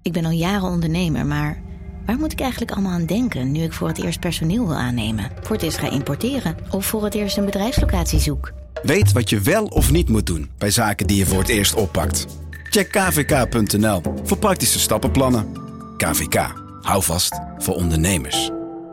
Ik ben al jaren ondernemer, maar waar moet ik eigenlijk allemaal aan denken nu ik voor het eerst personeel wil aannemen, voor het eerst ga importeren of voor het eerst een bedrijfslocatie zoek? Weet wat je wel of niet moet doen bij zaken die je voor het eerst oppakt. Check kvk.nl voor praktische stappenplannen. KVK, hou vast voor ondernemers.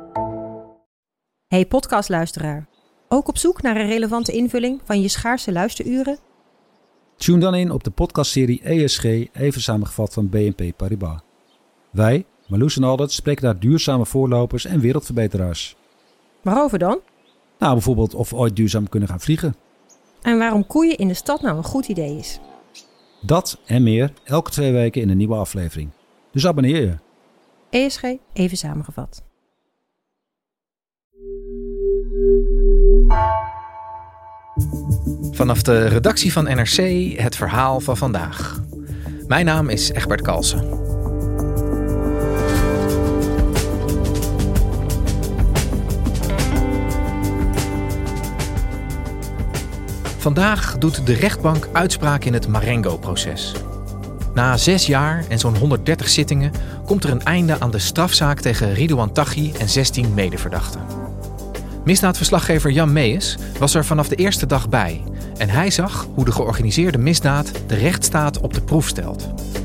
Hey podcastluisteraar, ook op zoek naar een relevante invulling van je schaarse luisteruren? Tune dan in op de podcastserie ESG, even samengevat van BNP Paribas. Wij, Marloes en Aldert, spreken daar duurzame voorlopers en wereldverbeteraars. Waarover dan? Nou, bijvoorbeeld of we ooit duurzaam kunnen gaan vliegen. En waarom koeien in de stad nou een goed idee is? Dat en meer elke 2 weken in een nieuwe aflevering. Dus abonneer je. ESG, even samengevat. Vanaf de redactie van NRC het verhaal van vandaag. Mijn naam is Egbert Kalsen. Vandaag doet de rechtbank uitspraak in het Marengo-proces. Na 6 jaar en zo'n 130 zittingen komt er een einde aan de strafzaak tegen Ridouan Taghi en 16 medeverdachten. Misdaadverslaggever Jan Meijers was er vanaf de eerste dag bij en hij zag hoe de georganiseerde misdaad de rechtsstaat op de proef stelt.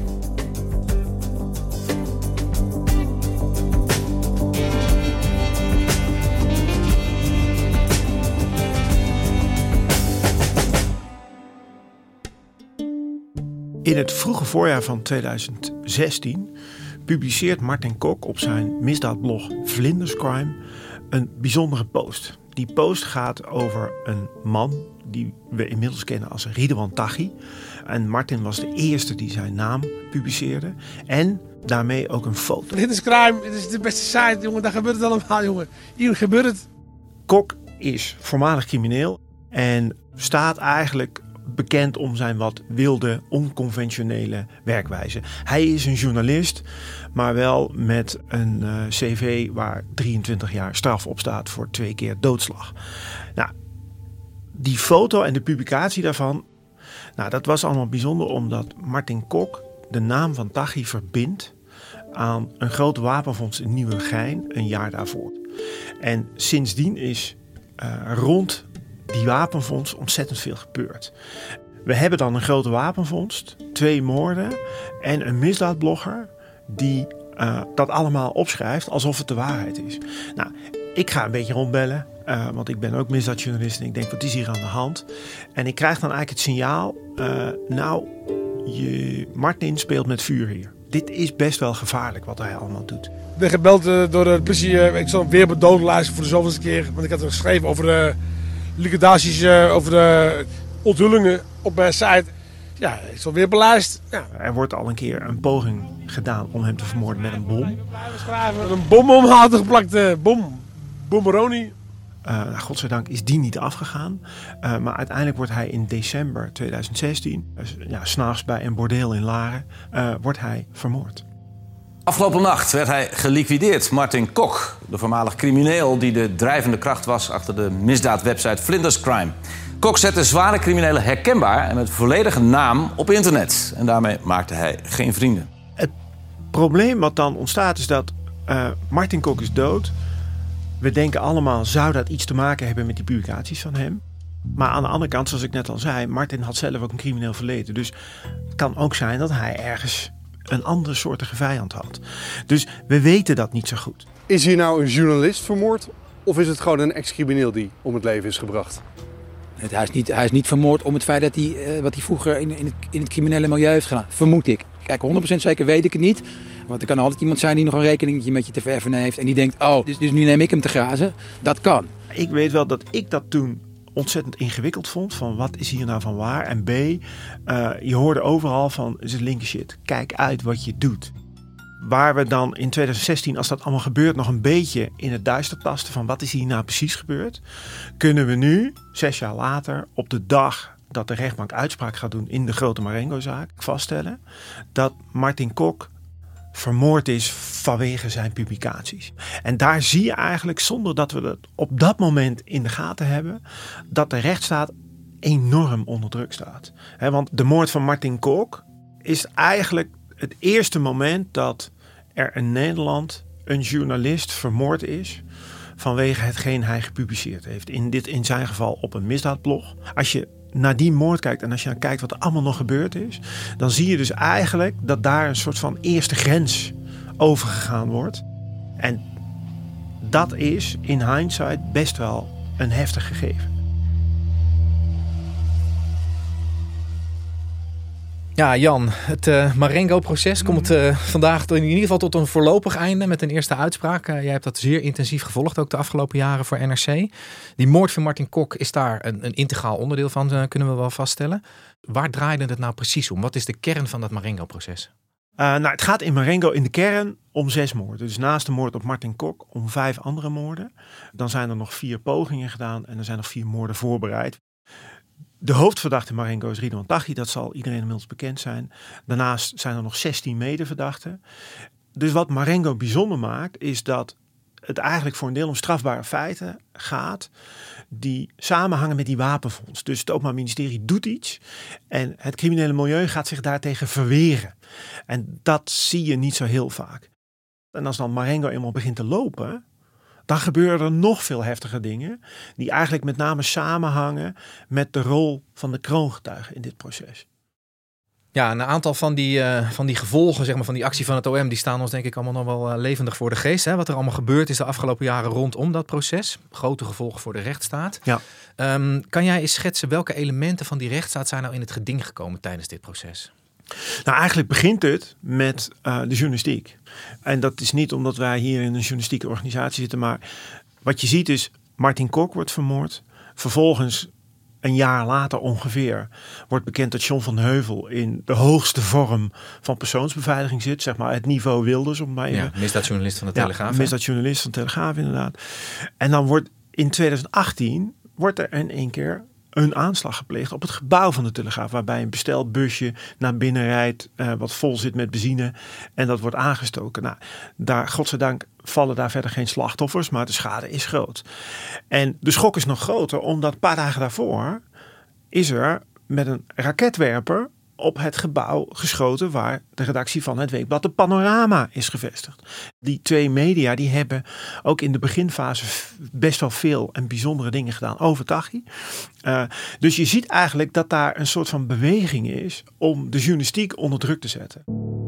In het vroege voorjaar van 2016 publiceert Martin Kok op zijn misdaadblog Vlinderscrime een bijzondere post. Die post gaat over een man die we inmiddels kennen als Ridouan Taghi. En Martin was de eerste die zijn naam publiceerde. En daarmee ook een foto. Vlinderscrime, het is de beste site, jongen. Daar gebeurt het allemaal, jongen. Hier gebeurt het. Kok is voormalig crimineel en staat eigenlijk bekend om zijn wat wilde, onconventionele werkwijze. Hij is een journalist, maar wel met een cv waar 23 jaar straf op staat voor 2 keer doodslag. Nou, die foto en de publicatie daarvan, dat was allemaal bijzonder omdat Martin Kok de naam van Taghi verbindt aan een groot wapenfonds in Nieuwegein een jaar daarvoor. En sindsdien is rond die wapenfonds ontzettend veel gebeurd. We hebben dan een grote wapenvondst, 2 moorden en een misdaadblogger die dat allemaal opschrijft alsof het de waarheid is. Nou, ik ga een beetje rondbellen, want ik ben ook misdaadjournalist en ik denk, wat is hier aan de hand? En ik krijg dan eigenlijk het signaal, Martin speelt met vuur hier. Dit is best wel gevaarlijk wat hij allemaal doet. Ik ben gebeld door de politie. Ik zal weer op dodenlijst voor de zoveelste keer. Want ik had er geschreven over de liquidaties, over de onthullingen op mijn site. Ja, ik zal weer belijst. Ja. Er wordt al een keer een poging gedaan om hem te vermoorden met een bom. Een bom omhaal geplakt. Bomberoni. Godzijdank is die niet afgegaan. Maar uiteindelijk wordt hij in december 2016, 's nachts bij een bordeel in Laren, wordt hij vermoord. Afgelopen nacht werd hij geliquideerd. Martin Kok, de voormalig crimineel die de drijvende kracht was achter de misdaadwebsite Vlinderscrime. Kok zette zware criminelen herkenbaar en met volledige naam op internet. En daarmee maakte hij geen vrienden. Het probleem wat dan ontstaat is dat Martin Kok is dood. We denken allemaal, zou dat iets te maken hebben met die publicaties van hem? Maar aan de andere kant, zoals ik net al zei, Martin had zelf ook een crimineel verleden. Dus het kan ook zijn dat hij ergens een andere soortige vijand had. Dus we weten dat niet zo goed. Is hier nou een journalist vermoord? Of is het gewoon een ex-crimineel die om het leven is gebracht? Hij is niet vermoord om het feit dat hij wat hij vroeger in het criminele milieu heeft gedaan. Vermoed ik. Kijk, 100% zeker weet ik het niet. Want er kan altijd iemand zijn die nog een rekeningetje met je te verven heeft. En die denkt, dus nu neem ik hem te grazen. Dat kan. Ik weet wel dat ik dat toen ontzettend ingewikkeld vond. Van wat is hier nou van waar? En B, je hoorde overal van, is het linker shit. Kijk uit wat je doet. Waar we dan in 2016, als dat allemaal gebeurt, nog een beetje in het duister tasten van wat is hier nou precies gebeurd, kunnen we nu, 6 jaar later, op de dag dat de rechtbank uitspraak gaat doen in de grote Marengo-zaak, vaststellen dat Martin Kok vermoord is vanwege zijn publicaties. En daar zie je eigenlijk, zonder dat we dat op dat moment in de gaten hebben, dat de rechtsstaat enorm onder druk staat. Want de moord van Martin Kok is eigenlijk het eerste moment dat er in Nederland een journalist vermoord is vanwege hetgeen hij gepubliceerd heeft. In zijn geval op een misdaadblog. Als je naar die moord kijkt en als je dan kijkt wat er allemaal nog gebeurd is, dan zie je dus eigenlijk dat daar een soort van eerste grens overgegaan wordt. En dat is in hindsight best wel een heftig gegeven. Ja, Jan, het Marengo-proces komt vandaag in ieder geval tot een voorlopig einde met een eerste uitspraak. Jij hebt dat zeer intensief gevolgd, ook de afgelopen jaren voor NRC. Die moord van Martin Kok is daar een integraal onderdeel van, kunnen we wel vaststellen. Waar draaide het nou precies om? Wat is de kern van dat Marengo-proces? Het gaat in Marengo in de kern om 6 moorden. Dus naast de moord op Martin Kok om 5 andere moorden. Dan zijn er nog 4 pogingen gedaan en er zijn nog 4 moorden voorbereid. De hoofdverdachte in Marengo is Ridwan Taghi. Dat zal iedereen inmiddels bekend zijn. Daarnaast zijn er nog 16 medeverdachten. Dus wat Marengo bijzonder maakt is dat het eigenlijk voor een deel om strafbare feiten gaat die samenhangen met die wapenfonds. Dus het Openbaar Ministerie doet iets en het criminele milieu gaat zich daartegen verweren. En dat zie je niet zo heel vaak. En als dan Marengo eenmaal begint te lopen, dan gebeuren er nog veel heftige dingen die eigenlijk met name samenhangen met de rol van de kroongetuigen in dit proces. Ja, een aantal van die gevolgen, zeg maar, van die actie van het OM, die staan ons denk ik allemaal nog wel levendig voor de geest. Hè? Wat er allemaal gebeurd is de afgelopen jaren rondom dat proces. Grote gevolgen voor de rechtsstaat. Ja. Kan jij eens schetsen welke elementen van die rechtsstaat zijn nou in het geding gekomen tijdens dit proces? Nou, eigenlijk begint het met de journalistiek. En dat is niet omdat wij hier in een journalistieke organisatie zitten, maar wat je ziet is Martin Kok wordt vermoord. Vervolgens, een jaar later ongeveer, wordt bekend dat John van Heuvel in de hoogste vorm van persoonsbeveiliging zit. Zeg maar het niveau Wilders. Misdaadjournalist van de Telegraaf. Ja, misdaadjournalist van de Telegraaf inderdaad. En dan wordt in 2018 er in één keer een aanslag gepleegd op het gebouw van de Telegraaf. Waarbij een bestelbusje naar binnen rijdt wat vol zit met benzine. En dat wordt aangestoken. Nou, daar, godzijdank vallen daar verder geen slachtoffers. Maar de schade is groot. En de schok is nog groter. Omdat een paar dagen daarvoor is er met een raketwerper op het gebouw geschoten waar de redactie van het weekblad De Panorama is gevestigd. Die 2 media die hebben ook in de beginfase best wel veel en bijzondere dingen gedaan over Taghi. Dus je ziet eigenlijk dat daar een soort van beweging is om de journalistiek onder druk te zetten.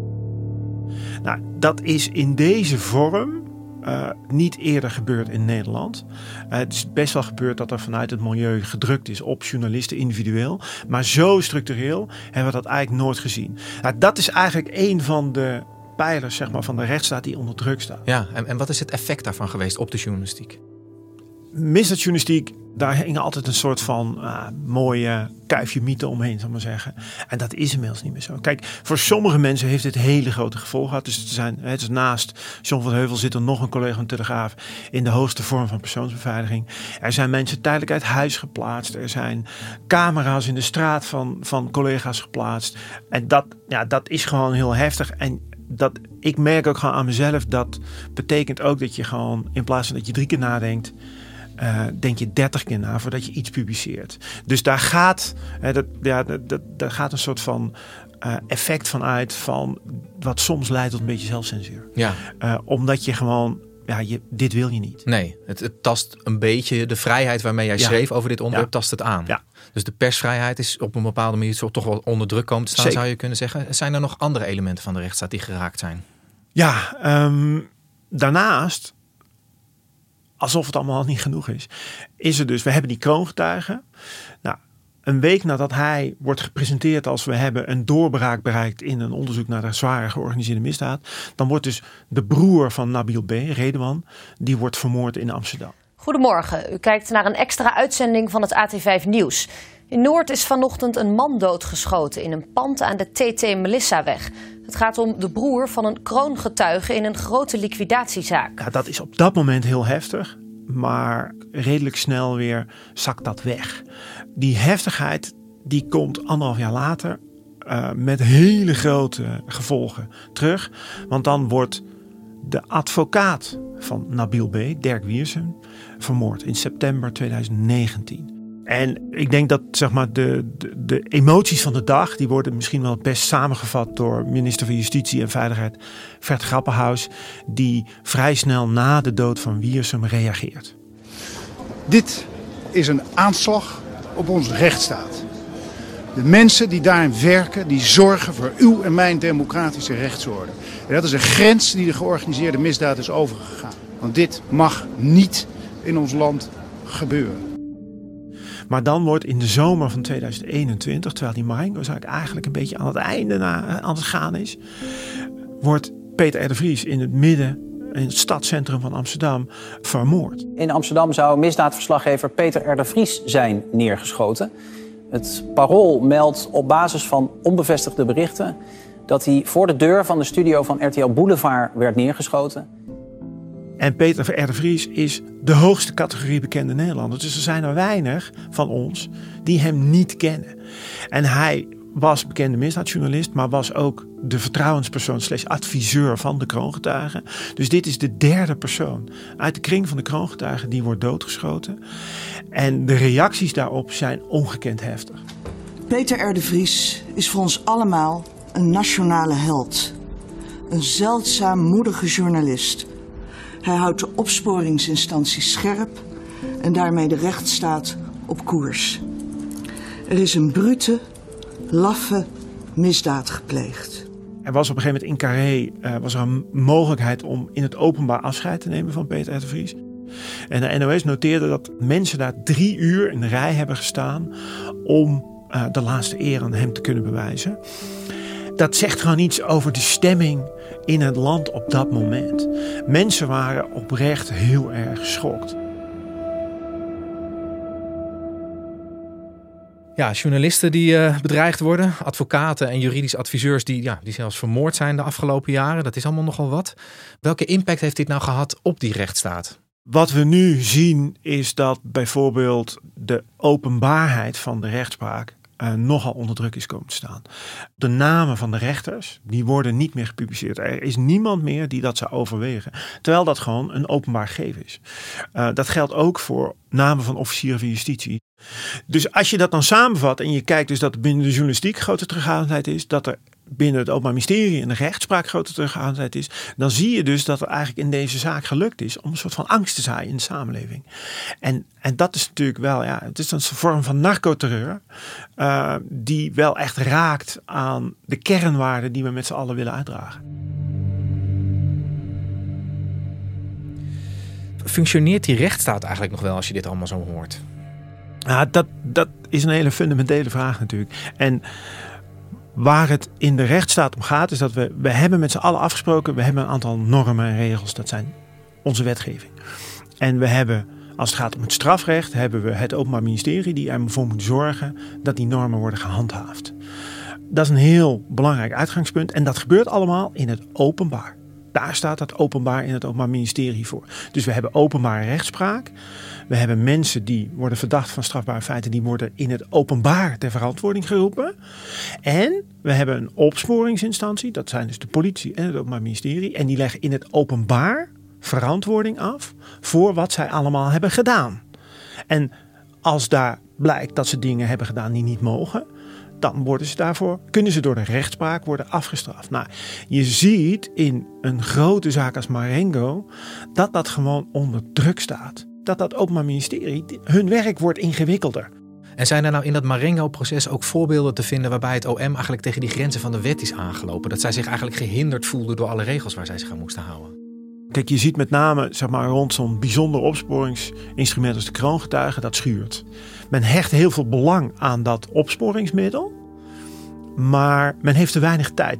Nou, dat is in deze vorm niet eerder gebeurd in Nederland. Het is best wel gebeurd dat er vanuit het milieu gedrukt is op journalisten individueel. Maar zo structureel hebben we dat eigenlijk nooit gezien. Nou, dat is eigenlijk een van de pijlers, zeg maar, van de rechtsstaat die onder druk staat. Ja, en wat is het effect daarvan geweest op de journalistiek? Misdaadjournalistiek, daar hing altijd een soort van mooie kuifje mythe omheen, zal ik maar zeggen. En dat is inmiddels niet meer zo. Kijk, voor sommige mensen heeft dit hele grote gevolgen gehad. Dus het is naast John van Heuvel zit er nog een collega van de Telegraaf in de hoogste vorm van persoonsbeveiliging. Er zijn mensen tijdelijk uit huis geplaatst. Er zijn camera's in de straat van collega's geplaatst. En dat is gewoon heel heftig. En ik merk ook gewoon aan mezelf, dat betekent ook dat je gewoon, in plaats van dat je 3 keer nadenkt, denk je 30 keer na voordat je iets publiceert. Dus daar gaat, daar gaat een soort van effect van uit van wat soms leidt tot een beetje zelfcensuur. Ja. Omdat je gewoon, dit wil je niet. Nee, het tast een beetje de vrijheid waarmee jij schreef over dit onderwerp, tast het aan. Ja. Dus de persvrijheid is op een bepaalde manier toch wel onder druk komen te staan, zou je kunnen zeggen. Zijn er nog andere elementen van de rechtsstaat die geraakt zijn? Ja, daarnaast, alsof het allemaal niet genoeg is er dus, we hebben die kroongetuigen. Nou, een week nadat hij wordt gepresenteerd als we hebben een doorbraak bereikt in een onderzoek naar de zware georganiseerde misdaad, dan wordt dus de broer van Nabil B., Redouan, die wordt vermoord in Amsterdam. Goedemorgen, u kijkt naar een extra uitzending van het AT5 Nieuws. In Noord is vanochtend een man doodgeschoten in een pand aan de TT Melissaweg. Het gaat om de broer van een kroongetuige in een grote liquidatiezaak. Ja, dat is op dat moment heel heftig, maar redelijk snel weer zakt dat weg. Die heftigheid die komt 1,5 jaar later met hele grote gevolgen terug. Want dan wordt de advocaat van Nabil B., Dirk Wiersum, vermoord in september 2019. En ik denk dat zeg maar, de emoties van de dag, die worden misschien wel het best samengevat door minister van Justitie en Veiligheid Fred Grapperhaus, die vrij snel na de dood van Wiersum reageert. Dit is een aanslag op onze rechtsstaat. De mensen die daarin werken, die zorgen voor uw en mijn democratische rechtsorde. En dat is een grens die de georganiseerde misdaad is overgegaan. Want dit mag niet in ons land gebeuren. Maar dan wordt in de zomer van 2021, terwijl die Marengo-zaak eigenlijk een beetje aan het einde aan het gaan is, wordt Peter R. de Vries in het midden, in het stadscentrum van Amsterdam, vermoord. In Amsterdam zou misdaadverslaggever Peter R. de Vries zijn neergeschoten. Het Parool meldt op basis van onbevestigde berichten dat hij voor de deur van de studio van RTL Boulevard werd neergeschoten. En Peter R. de Vries is de hoogste categorie bekende Nederlander. Dus er zijn er weinig van ons die hem niet kennen. En hij was bekende misdaadjournalist, maar was ook de vertrouwenspersoon / adviseur van de kroongetuigen. Dus dit is de derde persoon uit de kring van de kroongetuigen die wordt doodgeschoten. En de reacties daarop zijn ongekend heftig. Peter R. de Vries is voor ons allemaal een nationale held. Een zeldzaam moedige journalist. Hij houdt de opsporingsinstanties scherp en daarmee de rechtsstaat op koers. Er is een brute, laffe misdaad gepleegd. Er was op een gegeven moment in Carré was er een mogelijkheid om in het openbaar afscheid te nemen van Peter R. de Vries. En de NOS noteerde dat mensen daar 3 uur in de rij hebben gestaan om de laatste eer aan hem te kunnen bewijzen. Dat zegt gewoon iets over de stemming in het land op dat moment. Mensen waren oprecht heel erg geschokt. Ja, journalisten die bedreigd worden, advocaten en juridisch adviseurs die zelfs vermoord zijn de afgelopen jaren. Dat is allemaal nogal wat. Welke impact heeft dit nou gehad op die rechtsstaat? Wat we nu zien is dat bijvoorbeeld de openbaarheid van de rechtspraak nogal onder druk is komen te staan. De namen van de rechters, die worden niet meer gepubliceerd. Er is niemand meer die dat zou overwegen. Terwijl dat gewoon een openbaar gegeven is. Dat geldt ook voor namen van officieren van justitie. Dus als je dat dan samenvat en je kijkt dus dat er binnen de journalistiek grote terughoudendheid is, dat er binnen het Openbaar Ministerie en de rechtspraak grote terughoudendheid is, dan zie je dus dat er eigenlijk in deze zaak gelukt is om een soort van angst te zaaien in de samenleving. En dat is natuurlijk wel, het is een vorm van narcoterreur die wel echt raakt aan de kernwaarden die we met z'n allen willen uitdragen. Functioneert die rechtsstaat eigenlijk nog wel als je dit allemaal zo hoort? Ja, dat is een hele fundamentele vraag natuurlijk. En waar het in de rechtsstaat om gaat is dat we hebben met z'n allen afgesproken, we hebben een aantal normen en regels. Dat zijn onze wetgeving. En we hebben, als het gaat om het strafrecht, hebben we het Openbaar Ministerie die ervoor moet zorgen dat die normen worden gehandhaafd. Dat is een heel belangrijk uitgangspunt en dat gebeurt allemaal in het openbaar. Daar staat dat openbaar in het Openbaar Ministerie voor. Dus we hebben openbare rechtspraak. We hebben mensen die worden verdacht van strafbare feiten. Die worden in het openbaar ter verantwoording geroepen. En we hebben een opsporingsinstantie. Dat zijn dus de politie en het Openbaar Ministerie. En die leggen in het openbaar verantwoording af voor wat zij allemaal hebben gedaan. En als daar blijkt dat ze dingen hebben gedaan die niet mogen, dan kunnen ze door de rechtspraak worden afgestraft. Nou, je ziet in een grote zaak als Marengo dat gewoon onder druk staat. Dat Openbaar Ministerie, hun werk wordt ingewikkelder. En zijn er nou in dat Marengo-proces ook voorbeelden te vinden waarbij het OM eigenlijk tegen die grenzen van de wet is aangelopen? Dat zij zich eigenlijk gehinderd voelden door alle regels waar zij zich aan moesten houden? Kijk, je ziet met name rond zo'n bijzonder opsporingsinstrument als de kroongetuigen, dat schuurt. Men hecht heel veel belang aan dat opsporingsmiddel, maar men heeft te weinig tijd.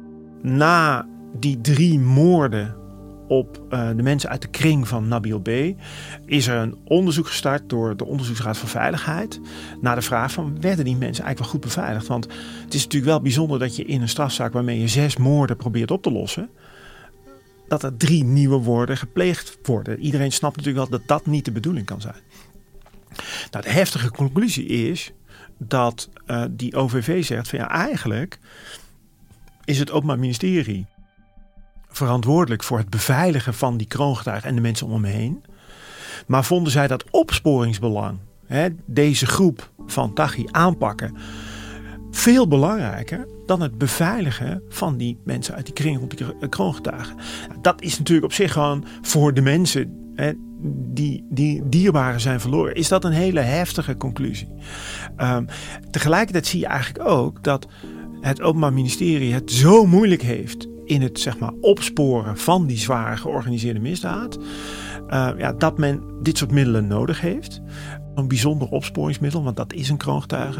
Na die 3 moorden op de mensen uit de kring van Nabil B. is er een onderzoek gestart door de Onderzoeksraad voor Veiligheid naar de vraag van, werden die mensen eigenlijk wel goed beveiligd? Want het is natuurlijk wel bijzonder dat je in een strafzaak waarmee je 6 moorden probeert op te lossen, dat er 3 nieuwe moorden gepleegd worden. Iedereen snapt natuurlijk wel dat dat niet de bedoeling kan zijn. Nou, de heftige conclusie is dat die OVV zegt van eigenlijk is het Openbaar Ministerie verantwoordelijk voor het beveiligen van die kroongetuigen en de mensen om hem heen. Maar vonden zij dat opsporingsbelang deze groep van Taghi aanpakken veel belangrijker dan het beveiligen van die mensen uit die kring rond die kroongetuigen. Dat is natuurlijk op zich gewoon voor de mensen die dierbaren zijn verloren, is dat een hele heftige conclusie. Tegelijkertijd zie je eigenlijk ook dat het Openbaar Ministerie het zo moeilijk heeft in het opsporen van die zware georganiseerde misdaad, dat men dit soort middelen nodig heeft. Een bijzonder opsporingsmiddel, want dat is een kroongetuige.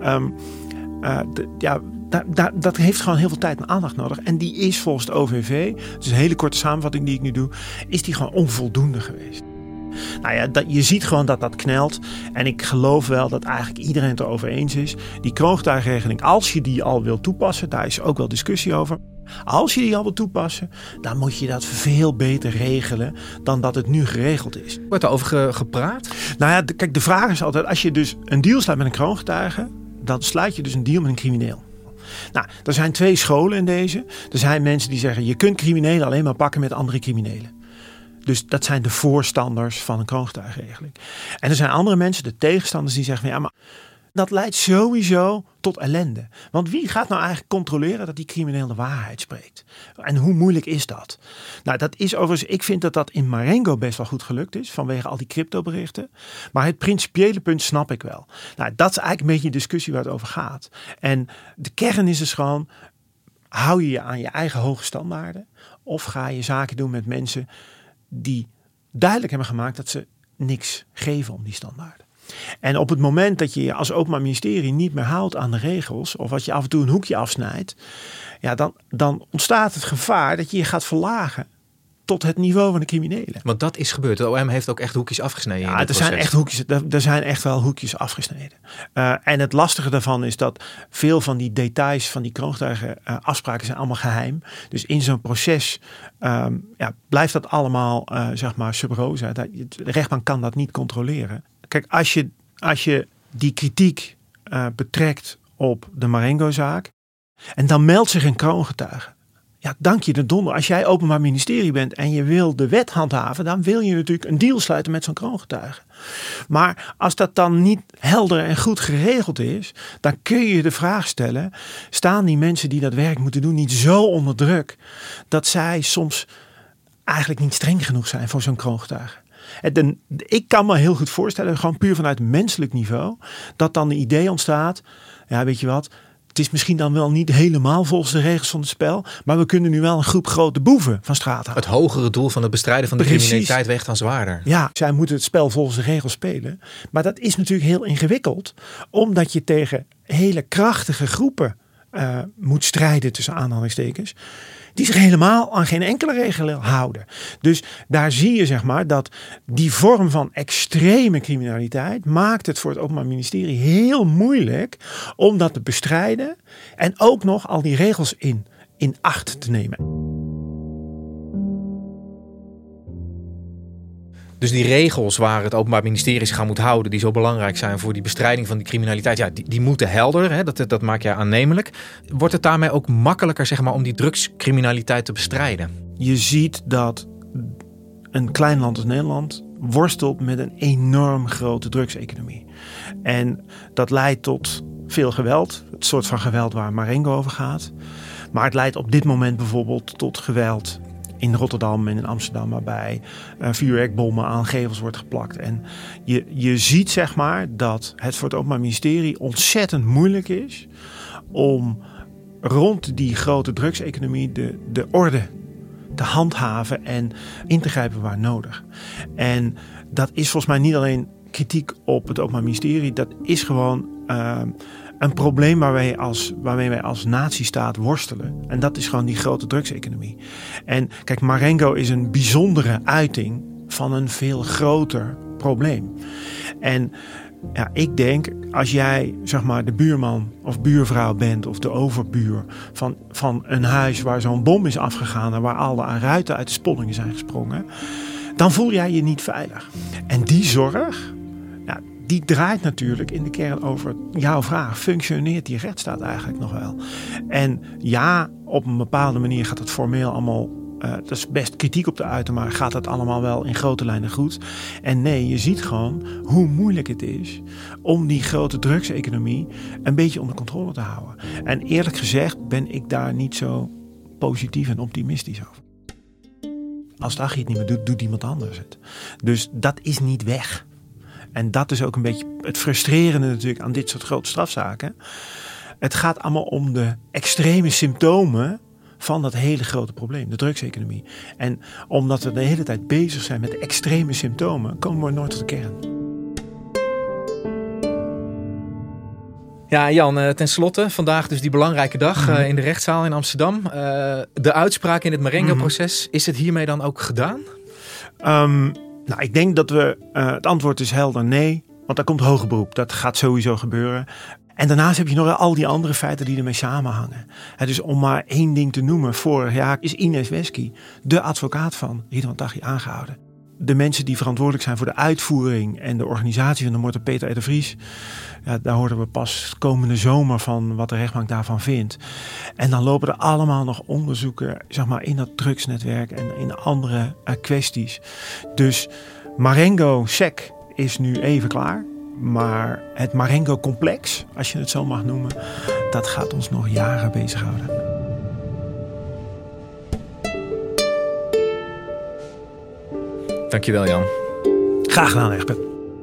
Dat heeft gewoon heel veel tijd en aandacht nodig. En die is volgens de OVV, dus een hele korte samenvatting die ik nu doe, is die gewoon onvoldoende geweest. Je ziet gewoon dat knelt. En ik geloof wel dat eigenlijk iedereen het erover eens is. Die kroongetuigenregeling, als je die al wil toepassen, daar is ook wel discussie over. Als je die al wil toepassen, dan moet je dat veel beter regelen dan dat het nu geregeld is. Wordt er over gepraat? Kijk, de vraag is altijd, als je dus een deal sluit met een kroongetuige, dan sluit je dus een deal met een crimineel. Er zijn 2 scholen in deze. Er zijn mensen die zeggen, je kunt criminelen alleen maar pakken met andere criminelen. Dus dat zijn de voorstanders van een kroongetuigenregeling. En er zijn andere mensen, de tegenstanders, die zeggen, maar dat leidt sowieso tot ellende. Want wie gaat nou eigenlijk controleren dat die crimineel de waarheid spreekt? En hoe moeilijk is dat? Dat is overigens, ik vind dat in Marengo best wel goed gelukt is, vanwege al die cryptoberichten. Maar het principiële punt snap ik wel. Dat is eigenlijk een beetje een discussie waar het over gaat. En de kern is dus gewoon, hou je aan je eigen hoge standaarden? Of ga je zaken doen met mensen die duidelijk hebben gemaakt dat ze niks geven om die standaarden? En op het moment dat je je als Openbaar Ministerie niet meer houdt aan de regels, of als je af en toe een hoekje afsnijdt, dan ontstaat het gevaar dat je je gaat verlagen tot het niveau van de criminelen. Want dat is gebeurd. De OM heeft ook echt hoekjes afgesneden. Ja, er zijn echt wel hoekjes afgesneden. En het lastige daarvan is dat veel van die details van die kroongetuigen afspraken zijn allemaal geheim. Dus in zo'n proces blijft dat allemaal sub rosa. De rechtbank kan dat niet controleren. Kijk, als je die kritiek betrekt op de Marengo-zaak en dan meldt zich een kroongetuige. Dank je de donder. Als jij Openbaar Ministerie bent en je wil de wet handhaven, dan wil je natuurlijk een deal sluiten met zo'n kroongetuige. Maar als dat dan niet helder en goed geregeld is, dan kun je de vraag stellen, staan die mensen die dat werk moeten doen niet zo onder druk dat zij soms eigenlijk niet streng genoeg zijn voor zo'n kroongetuige? Ik kan me heel goed voorstellen, gewoon puur vanuit menselijk niveau, dat dan de idee ontstaat, weet je wat, het is misschien dan wel niet helemaal volgens de regels van het spel, maar we kunnen nu wel een groep grote boeven van straat halen. Het hogere doel van het bestrijden van de criminaliteit weegt dan zwaarder. Ja, zij moeten het spel volgens de regels spelen. Maar dat is natuurlijk heel ingewikkeld, omdat je tegen hele krachtige groepen moet strijden, tussen aanhalingstekens, die zich helemaal aan geen enkele regel houden. Dus daar zie je dat die vorm van extreme criminaliteit maakt het voor het Openbaar Ministerie heel moeilijk om dat te bestrijden en ook nog al die regels in acht te nemen. Dus die regels waar het Openbaar Ministerie zich aan moet houden, die zo belangrijk zijn voor die bestrijding van die criminaliteit, die moeten helder. Hè? Dat maak je aannemelijk. Wordt het daarmee ook makkelijker om die drugscriminaliteit te bestrijden? Je ziet dat een klein land als Nederland worstelt met een enorm grote drugseconomie. En dat leidt tot veel geweld. Het soort van geweld waar Marengo over gaat. Maar het leidt op dit moment bijvoorbeeld tot geweld in Rotterdam en in Amsterdam, waarbij vuurwerkbommen aan gevels wordt geplakt. En je ziet dat het voor het Openbaar Ministerie ontzettend moeilijk is om rond die grote drugseconomie de orde te handhaven en in te grijpen waar nodig. En dat is volgens mij niet alleen kritiek op het Openbaar Ministerie, dat is gewoon een probleem waarmee wij als natiestaat worstelen. En dat is gewoon die grote drugseconomie. En kijk, Marengo is een bijzondere uiting van een veel groter probleem. En ik denk, als jij de buurman of buurvrouw bent of de overbuur van een huis waar zo'n bom is afgegaan en waar alle ruiten uit de sponningen zijn gesprongen, dan voel jij je niet veilig. En die zorg, die draait natuurlijk in de kern over jouw vraag. Functioneert die rechtsstaat eigenlijk nog wel? En ja, op een bepaalde manier gaat het formeel allemaal dat is best kritiek op te uiten, maar gaat dat allemaal wel in grote lijnen goed? En nee, je ziet gewoon hoe moeilijk het is om die grote drugseconomie een beetje onder controle te houden. En eerlijk gezegd ben ik daar niet zo positief en optimistisch over. Als Taghi het niet meer doet, doet iemand anders het. Dus dat is niet weg. En dat is ook een beetje het frustrerende natuurlijk aan dit soort grote strafzaken. Het gaat allemaal om de extreme symptomen van dat hele grote probleem, de drugseconomie. En omdat we de hele tijd bezig zijn met de extreme symptomen, komen we nooit tot de kern. Ja, Jan, ten slotte, vandaag dus die belangrijke dag in de rechtszaal in Amsterdam. De uitspraak in het Marengo-proces, is het hiermee dan ook gedaan? Nou, ik denk dat het antwoord is helder nee, want daar komt hoger beroep. Dat gaat sowieso gebeuren. En daarnaast heb je nog al die andere feiten die ermee samenhangen. Dus om maar één ding te noemen. Vorig jaar is Ines Wesky, de advocaat van Ridwan Taghi, aangehouden. De mensen die verantwoordelijk zijn voor de uitvoering en de organisatie van de moord op Peter R. de Vries. Ja, daar horen we pas komende zomer van wat de rechtbank daarvan vindt. En dan lopen er allemaal nog onderzoeken, zeg maar, in dat drugsnetwerk en in andere kwesties. Dus Marengo-SEC is nu even klaar. Maar het Marengo-complex, als je het zo mag noemen, dat gaat ons nog jaren bezighouden. Dankjewel, Jan. Graag gedaan, Egbert.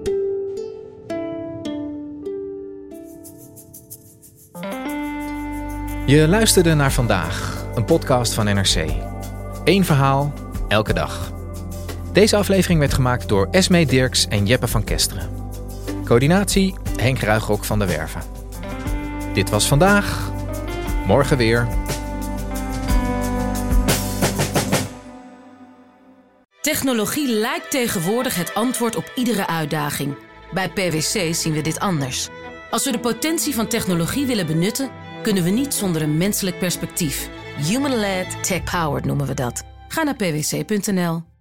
Je luisterde naar Vandaag, een podcast van NRC. Eén verhaal, elke dag. Deze aflevering werd gemaakt door Esmee Dirks en Jeppe van Kesteren. Coördinatie Henk Ruigrok van der Werven. Dit was Vandaag. Morgen weer. Technologie lijkt tegenwoordig het antwoord op iedere uitdaging. Bij PwC zien we dit anders. Als we de potentie van technologie willen benutten, kunnen we niet zonder een menselijk perspectief. Human-led, tech-powered noemen we dat. Ga naar pwc.nl.